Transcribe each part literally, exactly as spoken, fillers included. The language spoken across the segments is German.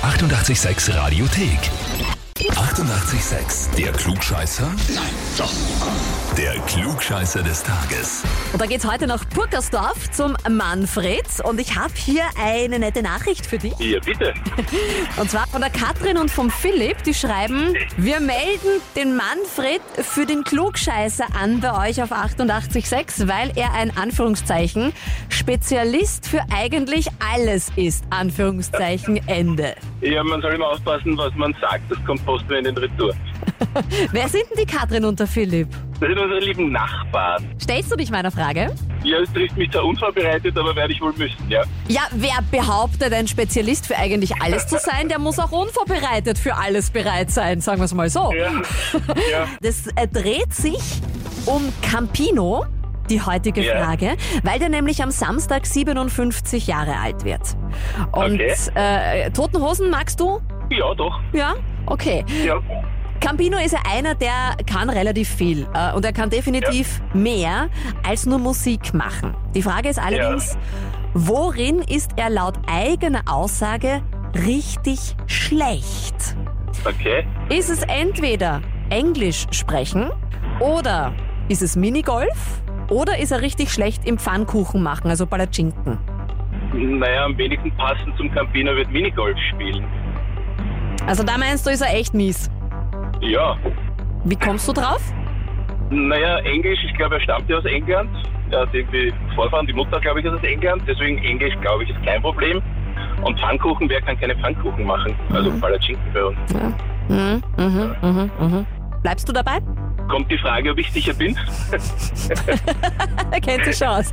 achtundachtzig Komma sechs Radiothek. achtundachtzig Komma sechs. Der Klugscheißer? Nein, doch. Der Klugscheißer des Tages. Und da geht's heute nach Purkersdorf zum Manfred. Und ich habe hier eine nette Nachricht für dich. Ja, bitte. Und zwar von der Katrin und vom Philipp. Die schreiben, wir melden den Manfred für den Klugscheißer an bei euch auf achtundachtzig Komma sechs, weil er ein Anführungszeichen Spezialist für eigentlich alles ist. Anführungszeichen Ende. Ja, man soll immer aufpassen, was man sagt. Das kommt postwendend in Retour. Wer sind denn die Katrin und der Philipp? Das sind unsere lieben Nachbarn. Stellst du dich meiner Frage? Ja, es trifft mich zwar unvorbereitet, aber werde ich wohl müssen, ja. Ja, wer behauptet, ein Spezialist für eigentlich alles zu sein, der muss auch unvorbereitet für alles bereit sein, sagen wir es mal so. Ja. Ja. Das äh, dreht sich um Campino, die heutige Ja. Frage, weil der nämlich am Samstag siebenundfünfzig Jahre alt wird. Und Okay. äh, Toten Hosen magst du? Ja, doch. Ja? Okay. Ja. Campino ist ja einer, der kann relativ viel äh, und er kann definitiv mehr als nur Musik machen. Die Frage ist allerdings, worin ist er laut eigener Aussage richtig schlecht? Okay. Ist es entweder Englisch sprechen oder ist es Minigolf oder ist er richtig schlecht im Pfannkuchen machen, also Palatschinken? Naja, am wenigsten passend zum Campino wird Minigolf spielen. Also da meinst du, ist er echt mies. Ja. Wie kommst du drauf? Naja, Englisch, ich glaube, er stammt ja aus England. Er hat irgendwie Vorfahren, die Mutter, glaube ich, ist aus England. Deswegen Englisch, glaube ich, ist kein Problem. Und Pfannkuchen, wer kann keine Pfannkuchen machen? Also Palatschinken bei uns. Ja. Mhm, mhm, mhm, mhm. Bleibst du dabei? Kommt die Frage, ob ich sicher bin? Er kennt sich schon aus.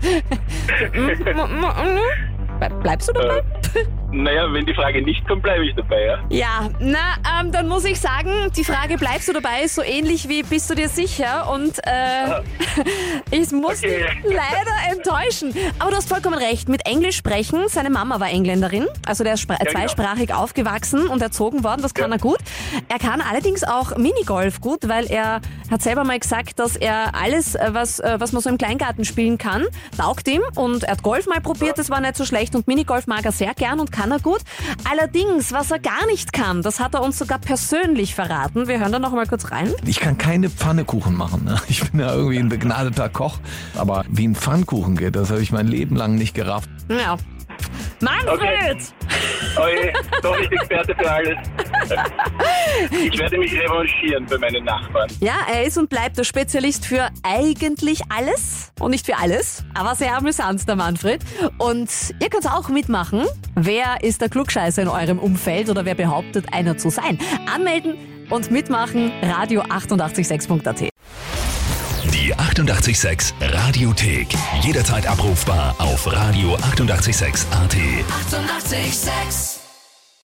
Bleibst du dabei? Äh, naja, wenn die Frage nicht kommt, bleibe ich dabei, ja. Ja, na, ähm, dann muss ich sagen, die Frage, bleibst du dabei, ist so ähnlich wie, bist du dir sicher? Und äh, ich muss Okay. dich leider enttäuschen. Aber du hast vollkommen recht, mit Englisch sprechen, seine Mama war Engländerin, also der ist spra- genau. zweisprachig aufgewachsen und erzogen worden, das kann Ja. er gut. Er kann allerdings auch Minigolf gut, weil er hat selber mal gesagt, dass er alles, äh, was, äh, was man so im Kleingarten spielen kann, taugt ihm und er hat Golf mal probiert, das war nicht so schlecht und Minigolf mag er sehr gern und kann er gut. Allerdings, was er gar nicht kann, das hat er uns sogar persönlich verraten. Wir hören da noch mal kurz rein. Ich kann keine Pfannekuchen machen. Ne? Ich bin ja irgendwie ein begnadeter Koch. Aber wie ein Pfannkuchen geht, das habe ich mein Leben lang nicht gerafft. Ja. Manfred! Oh je, doch nicht Experte für alles. Ich werde mich revanchieren bei meinen Nachbarn. Ja, er ist und bleibt der Spezialist für eigentlich alles und nicht für alles, aber sehr amüsant, der Manfred. Und ihr könnt auch mitmachen. Wer ist der Klugscheißer in eurem Umfeld oder wer behauptet, einer zu sein? Anmelden und mitmachen, radio achtundachtzig sechs punkt a t. Die achtundachtzig Komma sechs Radiothek. Jederzeit abrufbar auf radio achtundachtzig Komma sechs punkt a t. achtundachtzig Komma sechs